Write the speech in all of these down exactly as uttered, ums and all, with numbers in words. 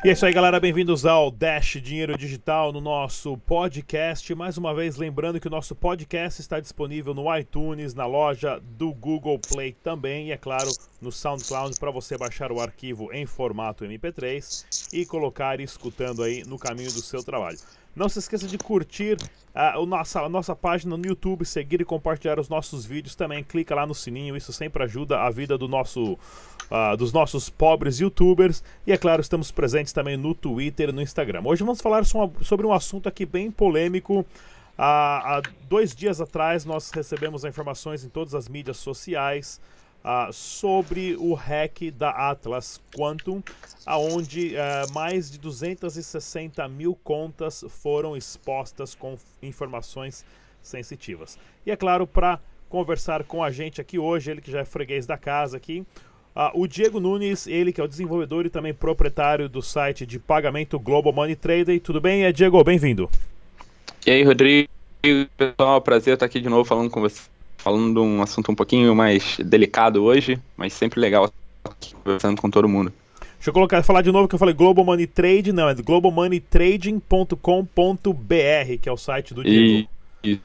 E é isso aí, galera, bem-vindos ao Dash Dinheiro Digital, no nosso podcast. Mais uma vez, lembrando que o nosso podcast está disponível no iTunes, na loja do Google Play também, e é claro, no SoundCloud, para você baixar o arquivo em formato M P três e colocar escutando aí no caminho do seu trabalho. Não se esqueça de curtir uh, o nossa, a nossa página no YouTube, seguir e compartilhar os nossos vídeos também. Clica lá no sininho, isso sempre ajuda a vida do nosso, uh, dos nossos pobres youtubers. E é claro, estamos presentes também no Twitter e no Instagram. Hoje vamos falar sobre um assunto aqui bem polêmico. Uh, há dois dias atrás nós recebemos informações em todas as mídias sociais Uh, sobre o hack da Atlas Quantum, onde uh, mais de duzentas e sessenta mil contas foram expostas com informações sensitivas. E é claro, para conversar com a gente aqui hoje, ele que já é freguês da casa aqui, uh, o Diego Nunes, ele que é o desenvolvedor e também proprietário do site de pagamento Global Money Trader. Tudo bem? É, Diego, bem-vindo. E aí, Rodrigo, pessoal, prazer estar aqui de novo falando com você. Falando de um assunto um pouquinho mais delicado hoje, mas sempre legal conversando com todo mundo. Deixa eu colocar, falar de novo que eu falei Global Money Trade, não, é global money trading ponto com ponto br, que é o site do Diego. E...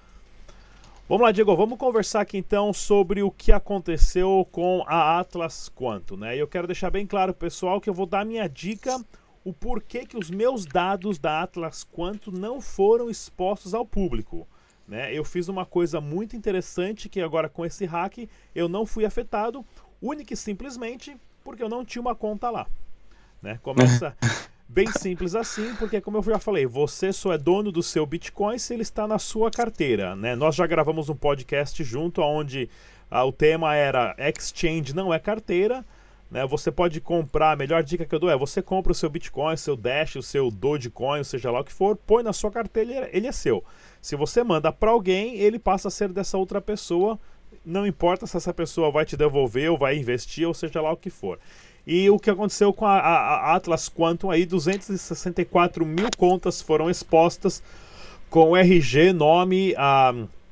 Vamos lá, Diego, vamos conversar aqui então sobre o que aconteceu com a Atlas Quantum, né? E eu quero deixar bem claro, pessoal, que eu vou dar minha dica, o porquê que os meus dados da Atlas Quantum não foram expostos ao público. Né? Eu fiz uma coisa muito interessante que agora com esse hack eu não fui afetado, única e simplesmente porque eu não tinha uma conta lá. Né? Começa bem simples assim, porque como eu já falei, você só é dono do seu Bitcoin se ele está na sua carteira. Né? Nós já gravamos um podcast junto onde ah, o tema era Exchange não é carteira. Né? Você pode comprar, a melhor dica que eu dou é você compra o seu Bitcoin, o seu Dash, o seu Dogecoin, seja lá o que for, põe na sua carteira, ele é seu. Se você manda para alguém, ele passa a ser dessa outra pessoa, não importa se essa pessoa vai te devolver ou vai investir, ou seja lá o que for. E o que aconteceu com a, a, a Atlas Quantum aí, duzentas e sessenta e quatro mil contas foram expostas com R G, nome, a...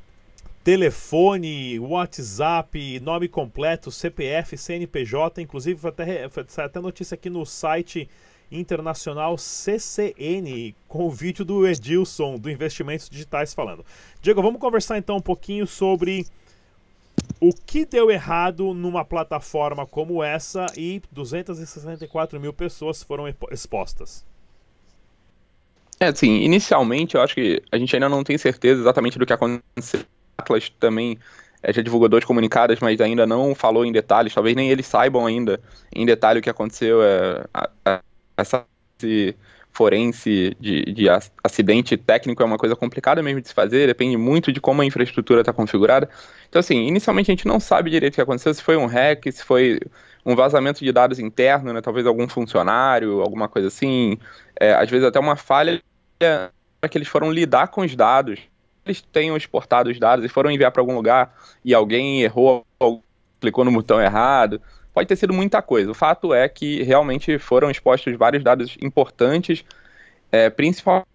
telefone, WhatsApp, nome completo, C P F, C N P J, inclusive foi até, foi até notícia aqui no site internacional C C N, com o vídeo do Edilson, do Investimentos Digitais, falando. Diego, vamos conversar então um pouquinho sobre o que deu errado numa plataforma como essa e duzentas e sessenta e quatro mil pessoas foram expostas. É, assim, inicialmente eu acho que a gente ainda não tem certeza exatamente do que aconteceu. Atlas também é, já divulgou dois comunicados, mas ainda não falou em detalhes, talvez nem eles saibam ainda em detalhe o que aconteceu. É, a, a, essa forense de, de acidente técnico é uma coisa complicada mesmo de se fazer, depende muito de como a infraestrutura está configurada. Então, assim, inicialmente a gente não sabe direito o que aconteceu, se foi um hack, se foi um vazamento de dados interno, né, talvez algum funcionário, alguma coisa assim, é, às vezes até uma falha para que eles foram lidar com os dados. Eles tenham exportado os dados e foram enviar para algum lugar e alguém errou, clicou no botão errado. Pode ter sido muita coisa. O fato é que realmente foram expostos vários dados importantes, é, principalmente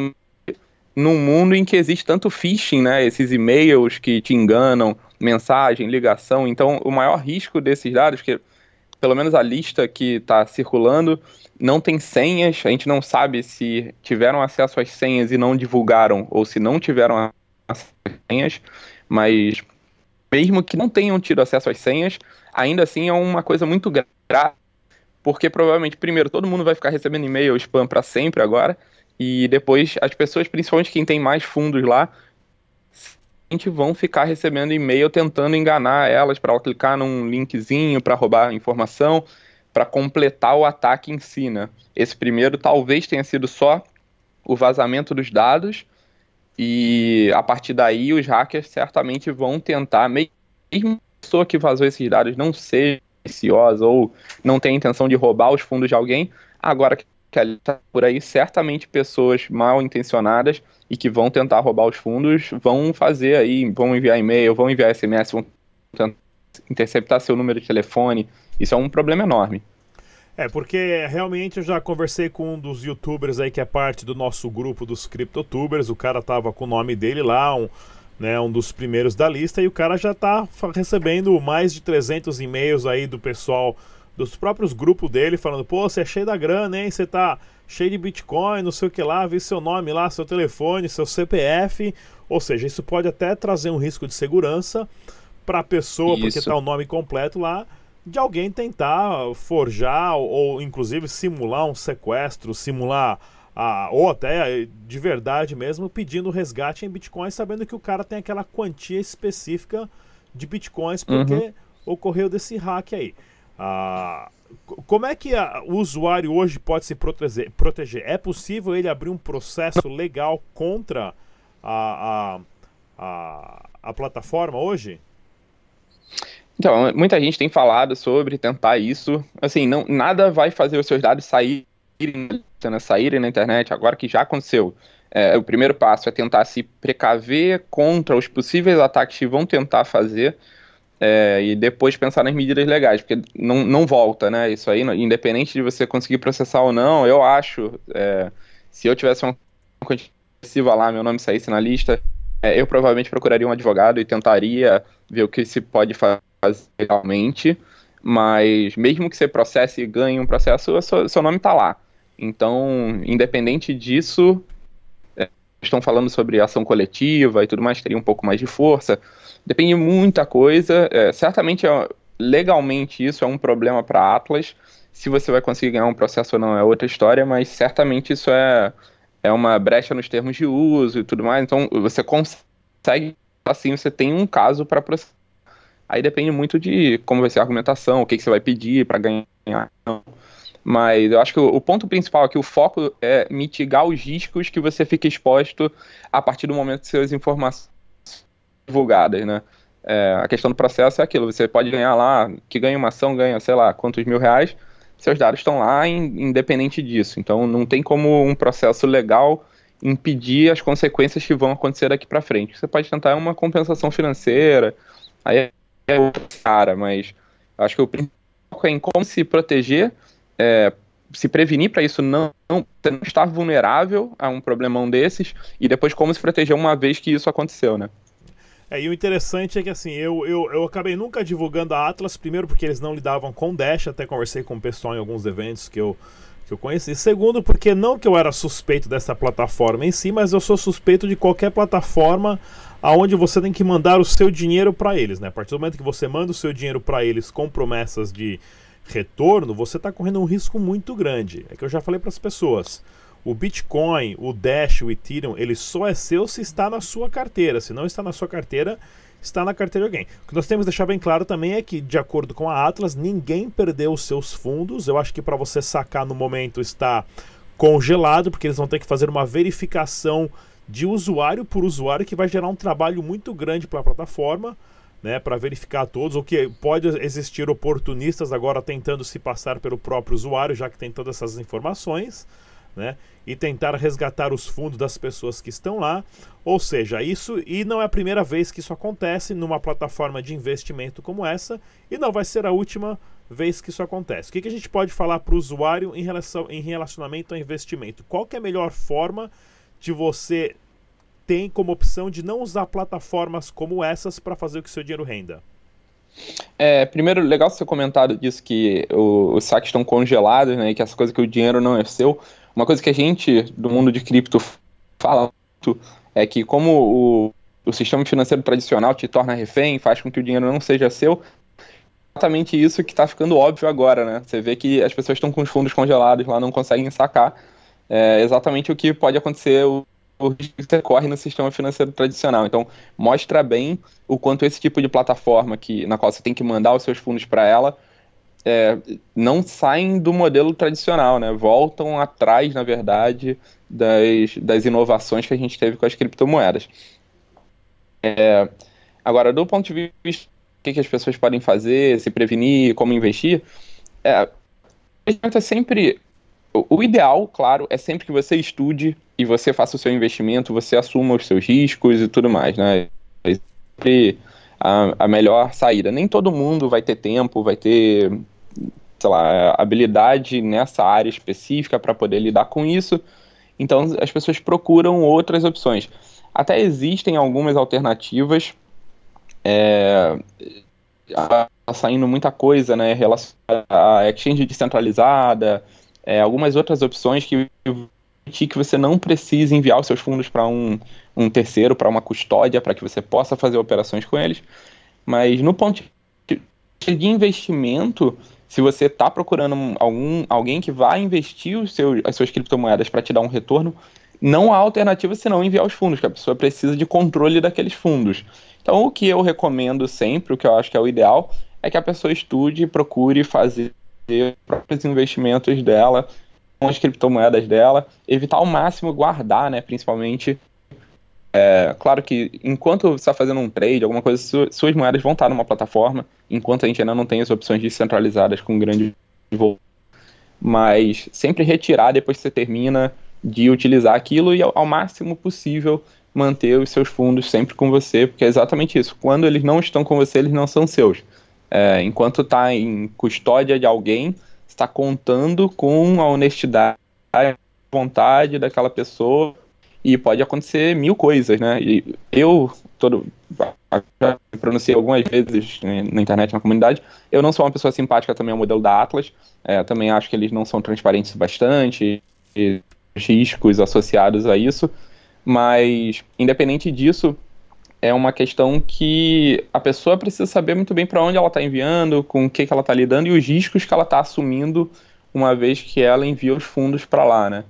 num mundo em que existe tanto phishing, né? Esses e-mails que te enganam, mensagem, ligação. Então, o maior risco desses dados, que pelo menos a lista que está circulando, não tem senhas, a gente não sabe se tiveram acesso às senhas e não divulgaram, ou se não tiveram acesso às senhas, mas mesmo que não tenham tido acesso às senhas, ainda assim é uma coisa muito grave, porque provavelmente, primeiro, todo mundo vai ficar recebendo e-mail spam para sempre agora, e depois as pessoas, principalmente quem tem mais fundos lá, vão ficar recebendo e-mail tentando enganar elas para ela clicar num linkzinho para roubar informação, para completar o ataque em si, né? Esse primeiro talvez tenha sido só o vazamento dos dados e a partir daí os hackers certamente vão tentar, mesmo a pessoa que vazou esses dados não seja maliciosa ou não tenha intenção de roubar os fundos de alguém, agora que ela está por aí, certamente pessoas mal intencionadas e que vão tentar roubar os fundos vão fazer aí, vão enviar e-mail, vão enviar S M S, vão tentar interceptar seu número de telefone. Isso é um problema enorme. É, porque realmente eu já conversei com um dos youtubers aí que é parte do nosso grupo dos CryptoTubers, o cara tava com o nome dele lá, um, né, um dos primeiros da lista, e o cara já tá recebendo mais de trezentos e-mails aí do pessoal dos próprios grupos dele, falando, pô, você é cheio da grana, hein? Você tá cheio de Bitcoin, não sei o que lá, vi seu nome lá, seu telefone, seu C P F. Ou seja, isso pode até trazer um risco de segurança para a pessoa, isso. Porque tá o nome completo lá, de alguém tentar forjar ou, ou inclusive simular um sequestro, simular a, ou até de verdade mesmo pedindo resgate em Bitcoin, sabendo que o cara tem aquela quantia específica de Bitcoins porque uhum. ocorreu desse hack aí. Ah, como é que a, o usuário hoje pode se proteger, proteger? É possível ele abrir um processo legal contra a, a, a, a plataforma hoje? Então, muita gente tem falado sobre tentar isso. Assim, não, nada vai fazer os seus dados saírem, né, saírem na internet, agora que já aconteceu. É, o primeiro passo é tentar se precaver contra os possíveis ataques que vão tentar fazer. É, e depois pensar nas medidas legais, porque não, não volta, né? Isso aí, independente de você conseguir processar ou não, eu acho, é, se eu tivesse uma quantia excessiva lá, meu nome saísse na lista, é, eu provavelmente procuraria um advogado e tentaria ver o que se pode fazer legalmente, mas mesmo que você processe e ganhe um processo, seu, seu nome está lá. Então, independente disso, é, estão falando sobre ação coletiva e tudo mais, teria um pouco mais de força. Depende de muita coisa, é, certamente é, legalmente isso é um problema para a Atlas, se você vai conseguir ganhar um processo ou não é outra história, mas certamente isso é, é uma brecha nos termos de uso e tudo mais, então você consegue, assim, você tem um caso para processar. Aí depende muito de como vai ser a argumentação, o que, que você vai pedir para ganhar, mas eu acho que o, o ponto principal aqui, o foco é mitigar os riscos que você fica exposto a partir do momento que suas informações divulgadas, né? É, a questão do processo é aquilo, você pode ganhar lá, que ganha uma ação, ganha, sei lá, quantos mil reais, seus dados estão lá in, independente disso, então não tem como um processo legal impedir as consequências que vão acontecer daqui para frente. Você pode tentar uma compensação financeira, aí é outra cara, mas acho que o principal é em como se proteger, é, se prevenir para isso não, não, não estar vulnerável a um problemão desses, e depois como se proteger uma vez que isso aconteceu, né? É, e o interessante é que assim, eu, eu, eu acabei nunca divulgando a Atlas, primeiro porque eles não lidavam com Dash, até conversei com o pessoal em alguns eventos que eu, que eu conheci. Segundo, porque não que eu era suspeito dessa plataforma em si, mas eu sou suspeito de qualquer plataforma aonde você tem que mandar o seu dinheiro para eles, né? A partir do momento que você manda o seu dinheiro para eles com promessas de retorno, você está correndo um risco muito grande. É que eu já falei para as pessoas. O Bitcoin, o Dash, o Ethereum, ele só é seu se está na sua carteira. Se não está na sua carteira, está na carteira de alguém. O que nós temos que deixar bem claro também é que, de acordo com a Atlas, ninguém perdeu os seus fundos. Eu acho que para você sacar no momento está congelado, porque eles vão ter que fazer uma verificação de usuário por usuário, que vai gerar um trabalho muito grande para a plataforma, né, para verificar todos, ou que pode existir oportunistas agora tentando se passar pelo próprio usuário, já que tem todas essas informações, né, e tentar resgatar os fundos das pessoas que estão lá. Ou seja, isso, e não é a primeira vez que isso acontece numa plataforma de investimento como essa, e não vai ser a última vez que isso acontece. O que, que a gente pode falar para o usuário em relação em relacionamento ao investimento? Qual que é a melhor forma de você ter como opção de não usar plataformas como essas para fazer o que seu dinheiro renda? É, primeiro, legal você ter comentado disso, que o, os saques estão congelados, né, e que essa coisa que o dinheiro não é seu. Uma coisa que a gente do mundo de cripto fala muito é que como o, o sistema financeiro tradicional te torna refém, faz com que o dinheiro não seja seu, exatamente isso que está ficando óbvio agora, né? Você vê que as pessoas estão com os fundos congelados lá, não conseguem sacar. É exatamente o que pode acontecer, o, o risco que ocorre no sistema financeiro tradicional. Então, mostra bem o quanto esse tipo de plataforma que, na qual você tem que mandar os seus fundos para ela, É, não saem do modelo tradicional, né? Voltam atrás, na verdade, das, das inovações que a gente teve com as criptomoedas. É, agora, do ponto de vista do que, que as pessoas podem fazer, se prevenir, como investir, é, é sempre, o, o ideal, claro, é sempre que você estude e você faça o seu investimento, você assuma os seus riscos e tudo mais, né? É sempre a, a melhor saída. Nem todo mundo vai ter tempo, vai ter, sei lá, habilidade nessa área específica para poder lidar com isso, então as pessoas procuram outras opções. Até existem algumas alternativas, é, saindo muita coisa, né, relacionada à exchange descentralizada, é, algumas outras opções que que você não precisa enviar os seus fundos para um, um terceiro, para uma custódia, para que você possa fazer operações com eles. Mas no ponto de investimento, se você está procurando algum, alguém que vai investir os seus, as suas criptomoedas para te dar um retorno, não há alternativa senão enviar os fundos, que a pessoa precisa de controle daqueles fundos. Então, o que eu recomendo sempre, o que eu acho que é o ideal, é que a pessoa estude e procure fazer os próprios investimentos dela, com as criptomoedas dela, evitar ao máximo guardar, né, principalmente. É, claro que enquanto você está fazendo um trade, alguma coisa, su suas moedas vão estar numa plataforma, enquanto a gente ainda não tem as opções descentralizadas com grande volume. Mas sempre retirar depois que você termina de utilizar aquilo e ao, ao máximo possível manter os seus fundos sempre com você, porque é exatamente isso. Quando eles não estão com você, eles não são seus. É, enquanto está em custódia de alguém, está contando com a honestidade, a vontade daquela pessoa, e pode acontecer mil coisas, né? E eu, todo, já me pronunciei algumas vezes na internet, na comunidade, eu não sou uma pessoa simpática também ao modelo da Atlas, é, também acho que eles não são transparentes bastante, e riscos associados a isso, mas independente disso, é uma questão que a pessoa precisa saber muito bem para onde ela está enviando, com o que, que ela está lidando e os riscos que ela está assumindo uma vez que ela envia os fundos para lá, né?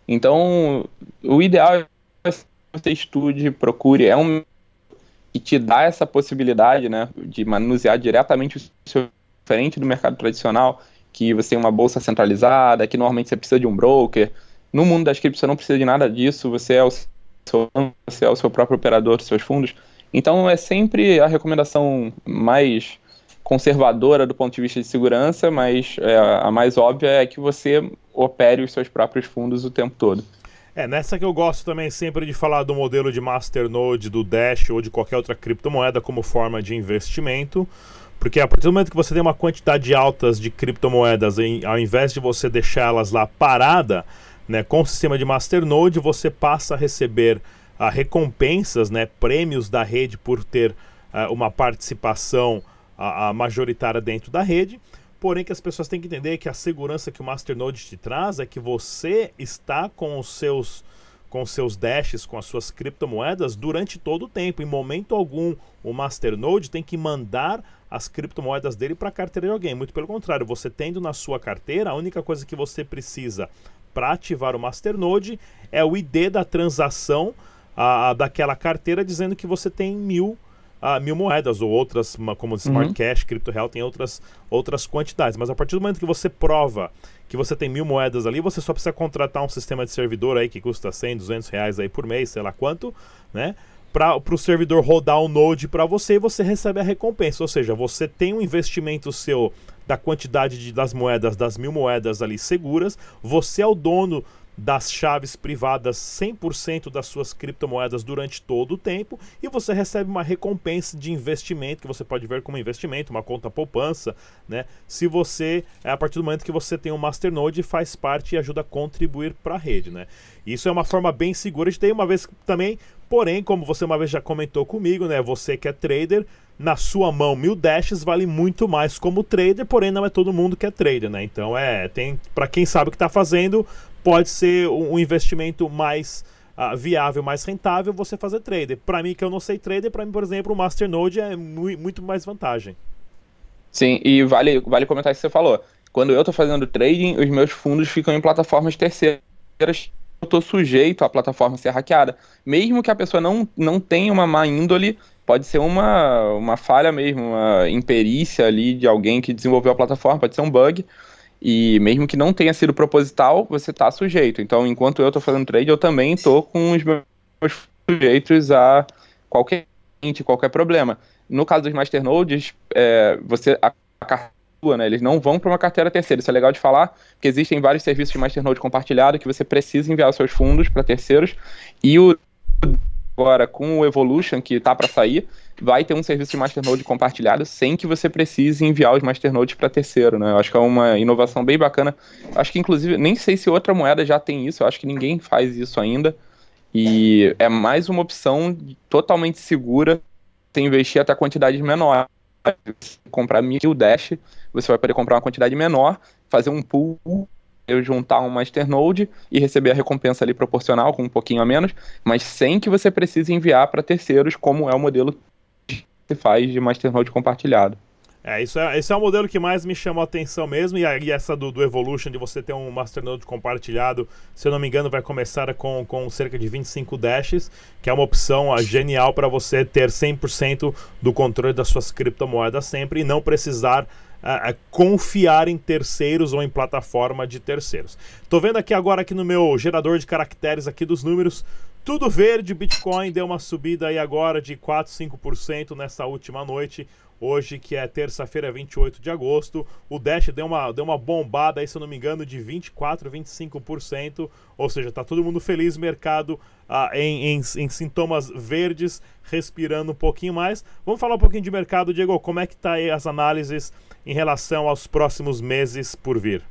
Então, o ideal é que você estude, procure, é um que te dá essa possibilidade, né, de manusear diretamente o seu, diferente do mercado tradicional, que você tem uma bolsa centralizada, que normalmente você precisa de um broker. No mundo das criptos você não precisa de nada disso, você é o seu, você é o seu próprio operador dos seus fundos. Então é sempre a recomendação mais conservadora do ponto de vista de segurança, mas é, a mais óbvia é que você opere os seus próprios fundos o tempo todo. É, nessa que eu gosto também sempre de falar do modelo de Masternode, do Dash ou de qualquer outra criptomoeda como forma de investimento, porque a partir do momento que você tem uma quantidade alta de criptomoedas, em, ao invés de você deixá-las lá parada, né, com o sistema de Masternode, você passa a receber uh, recompensas, né, prêmios da rede por ter uh, uma participação uh, uh, majoritária dentro da rede. Porém, que as pessoas têm que entender que a segurança que o Masternode te traz é que você está com os seus, com os seus dashes, com as suas criptomoedas durante todo o tempo. Em momento algum, o Masternode tem que mandar as criptomoedas dele para a carteira de alguém. Muito pelo contrário, você tendo na sua carteira, a única coisa que você precisa para ativar o Masternode é o I D da transação a, a, daquela carteira dizendo que você tem mil Uh, mil moedas ou outras, como Smart uhum. Cash, Crypto Real, tem outras, outras quantidades. Mas a partir do momento que você prova que você tem mil moedas ali, você só precisa contratar um sistema de servidor aí que custa cem, duzentos reais aí por mês, sei lá quanto, né? Para o servidor rodar o Node para você e você recebe a recompensa. Ou seja, você tem um investimento seu da quantidade de, das moedas, das mil moedas ali seguras, você é o dono das chaves privadas cem por cento das suas criptomoedas durante todo o tempo e você recebe uma recompensa de investimento que você pode ver como investimento, uma conta poupança, né? Se você, é a partir do momento que você tem um Masternode, faz parte e ajuda a contribuir para a rede, né? Isso é uma forma bem segura de ter, uma vez também, porém, como você uma vez já comentou comigo, né? Você que é trader, na sua mão mil dashes vale muito mais como trader, porém não é todo mundo que é trader, né? Então é, tem, para quem sabe o que está fazendo, pode ser um investimento mais uh, viável, mais rentável você fazer trader. Para mim que eu não sei trader, para mim, por exemplo, o Masternode é mu muito mais vantagem. Sim, e vale, vale comentar isso que você falou. Quando eu estou fazendo trading, os meus fundos ficam em plataformas terceiras. Eu estou sujeito à plataforma ser hackeada. Mesmo que a pessoa não, não tenha uma má índole, pode ser uma, uma falha mesmo, uma imperícia ali de alguém que desenvolveu a plataforma, pode ser um bug. E mesmo que não tenha sido proposital, você está sujeito. Então, enquanto eu estou fazendo trade, eu também estou com os meus sujeitos a qualquer, qualquer problema. No caso dos Masternodes, é, você, a, a carteira, né, eles não vão para uma carteira terceira. Isso é legal de falar, porque existem vários serviços de Masternode compartilhado que você precisa enviar os seus fundos para terceiros. E o agora, com o Evolution, que está para sair, vai ter um serviço de Masternode compartilhado sem que você precise enviar os Masternodes para terceiro, né? Eu acho que é uma inovação bem bacana. Acho que, inclusive, nem sei se outra moeda já tem isso, eu acho que ninguém faz isso ainda. E é mais uma opção totalmente segura, você investir até quantidades menores. comprar mil Dash, você vai poder comprar uma quantidade menor, fazer um pool, juntar um Masternode e receber a recompensa ali proporcional, com um pouquinho a menos, mas sem que você precise enviar para terceiros, como é o modelo que se faz de Masternode compartilhado. É, isso é, esse é o modelo que mais me chamou a atenção mesmo, e, a, e essa do, do Evolution, de você ter um Masternode compartilhado, se eu não me engano, vai começar com, com cerca de vinte e cinco dashes, que é uma opção a, genial para você ter cem por cento do controle das suas criptomoedas sempre e não precisar a, a confiar em terceiros ou em plataforma de terceiros. Tô vendo aqui agora aqui no meu gerador de caracteres aqui dos números, tudo verde. Bitcoin deu uma subida aí agora de quatro, cinco por cento nessa última noite. Hoje, que é terça-feira, vinte e oito de agosto, o Dash deu uma, deu uma bombada aí, se eu não me engano, de vinte e quatro, vinte e cinco por cento. Ou seja, tá todo mundo feliz, mercado ah, em, em, em sintomas verdes, respirando um pouquinho mais. Vamos falar um pouquinho de mercado, Diego. Como é que tá aí as análises em relação aos próximos meses por vir?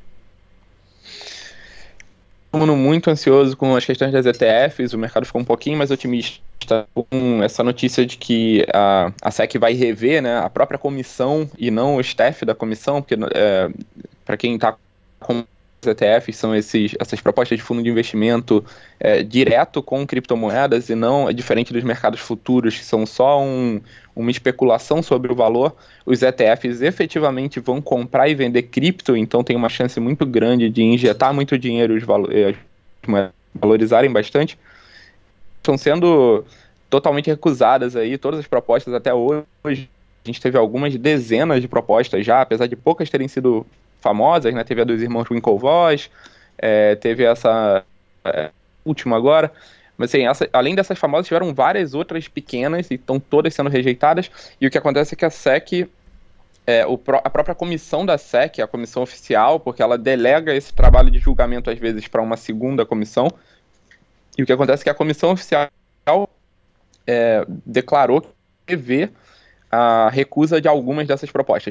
Todo mundo muito ansioso com as questões das E T Fs, o mercado ficou um pouquinho mais otimista com essa notícia de que a, a S E C vai rever, né, a própria comissão e não o staff da comissão, porque é, para quem está com os E T Fs, são esses, essas propostas de fundo de investimento é, direto com criptomoedas e não é diferente dos mercados futuros, que são só um, uma especulação sobre o valor. Os E T Fs efetivamente vão comprar e vender cripto, então tem uma chance muito grande de injetar muito dinheiro e os valo- valorizarem bastante. Estão sendo totalmente recusadas aí todas as propostas até hoje. A gente teve algumas dezenas de propostas já, apesar de poucas terem sido famosas, né? Teve a dos irmãos Winklevoss, é, teve essa é, última agora. Mas assim, essa, além dessas famosas, tiveram várias outras pequenas e estão todas sendo rejeitadas. E o que acontece é que a S E C, é, o, a própria comissão da S E C, a comissão oficial, porque ela delega esse trabalho de julgamento às vezes para uma segunda comissão. E o que acontece é que a comissão oficial é, declarou que vê a recusa de algumas dessas propostas.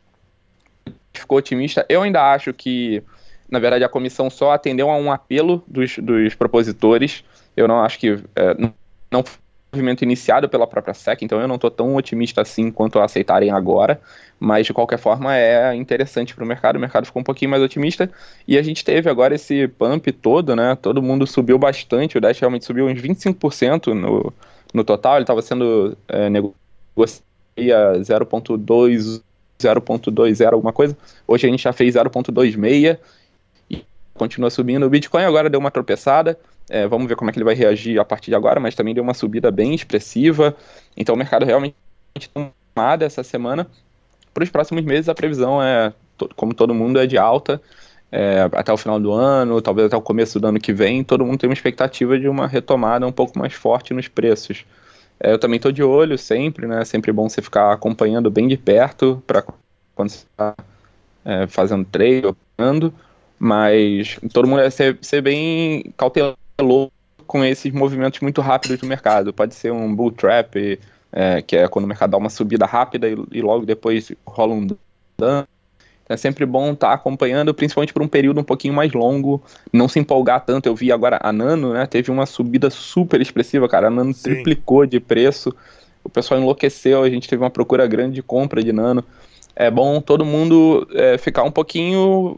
Ficou otimista. Eu ainda acho que, na verdade, a comissão só atendeu a um apelo dos, dos propositores. Eu não acho que é, não, não foi um movimento iniciado pela própria S E C, então eu não estou tão otimista assim quanto a aceitarem agora, mas de qualquer forma é interessante para o mercado. O mercado ficou um pouquinho mais otimista e a gente teve agora esse pump todo, né? Todo mundo subiu bastante, o Dash realmente subiu uns vinte e cinco por cento no, no total. Ele estava sendo é, negociado a zero ponto dois, zero ponto dois zero alguma coisa. Hoje a gente já fez zero ponto vinte e seis e continua subindo. O Bitcoin agora deu uma tropeçada. É, vamos ver como é que ele vai reagir a partir de agora, mas também deu uma subida bem expressiva. Então o mercado realmente está tomado essa semana. Para os próximos meses a previsão é, como todo mundo, é de alta. É, até o final do ano, talvez até o começo do ano que vem, todo mundo tem uma expectativa de uma retomada um pouco mais forte nos preços. É, eu também estou de olho sempre, né? Sempre bom você ficar acompanhando bem de perto para quando você está é, fazendo trade, operando, mas todo mundo é ser, ser bem cauteloso com esses movimentos muito rápidos do mercado. Pode ser um bull trap, é, que é quando o mercado dá uma subida rápida e, e logo depois rola um dano. É sempre bom estar acompanhando, principalmente por um período um pouquinho mais longo, não se empolgar tanto. Eu vi agora a Nano, né, teve uma subida super expressiva, cara. A Nano Sim. triplicou de preço, o pessoal enlouqueceu, a gente teve uma procura grande de compra de Nano. É bom todo mundo é, ficar um pouquinho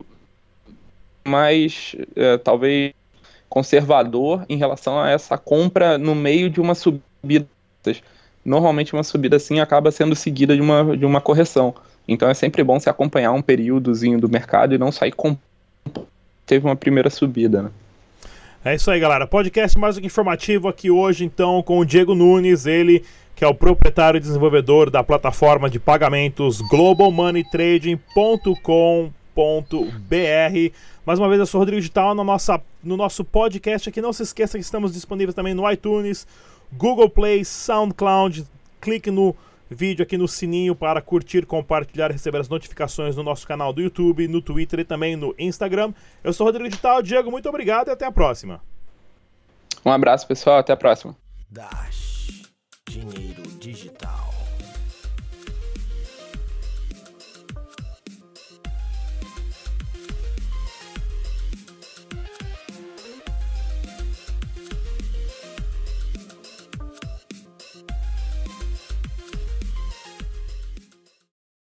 mais, é, talvez, conservador em relação a essa compra no meio de uma subida. Normalmente uma subida assim acaba sendo seguida de uma, de uma correção. Então é sempre bom se acompanhar um períodozinho do mercado e não sair com... Teve uma primeira subida, né? É isso aí, galera. Podcast mais do que informativo aqui hoje, então, com o Diego Nunes, ele que é o proprietário e desenvolvedor da plataforma de pagamentos global money trading ponto com ponto b r. Mais uma vez, eu sou o Rodrigo Digital, no, nossa, no nosso podcast aqui. Não se esqueça que estamos disponíveis também no iTunes, Google Play, SoundCloud. Clique no vídeo aqui no sininho para curtir, compartilhar e receber as notificações no nosso canal do YouTube, no Twitter e também no Instagram. Eu sou o Rodrigo Digital. Diego, muito obrigado e até a próxima. Um abraço, pessoal. Até a próxima. Dash Dinheiro Digital.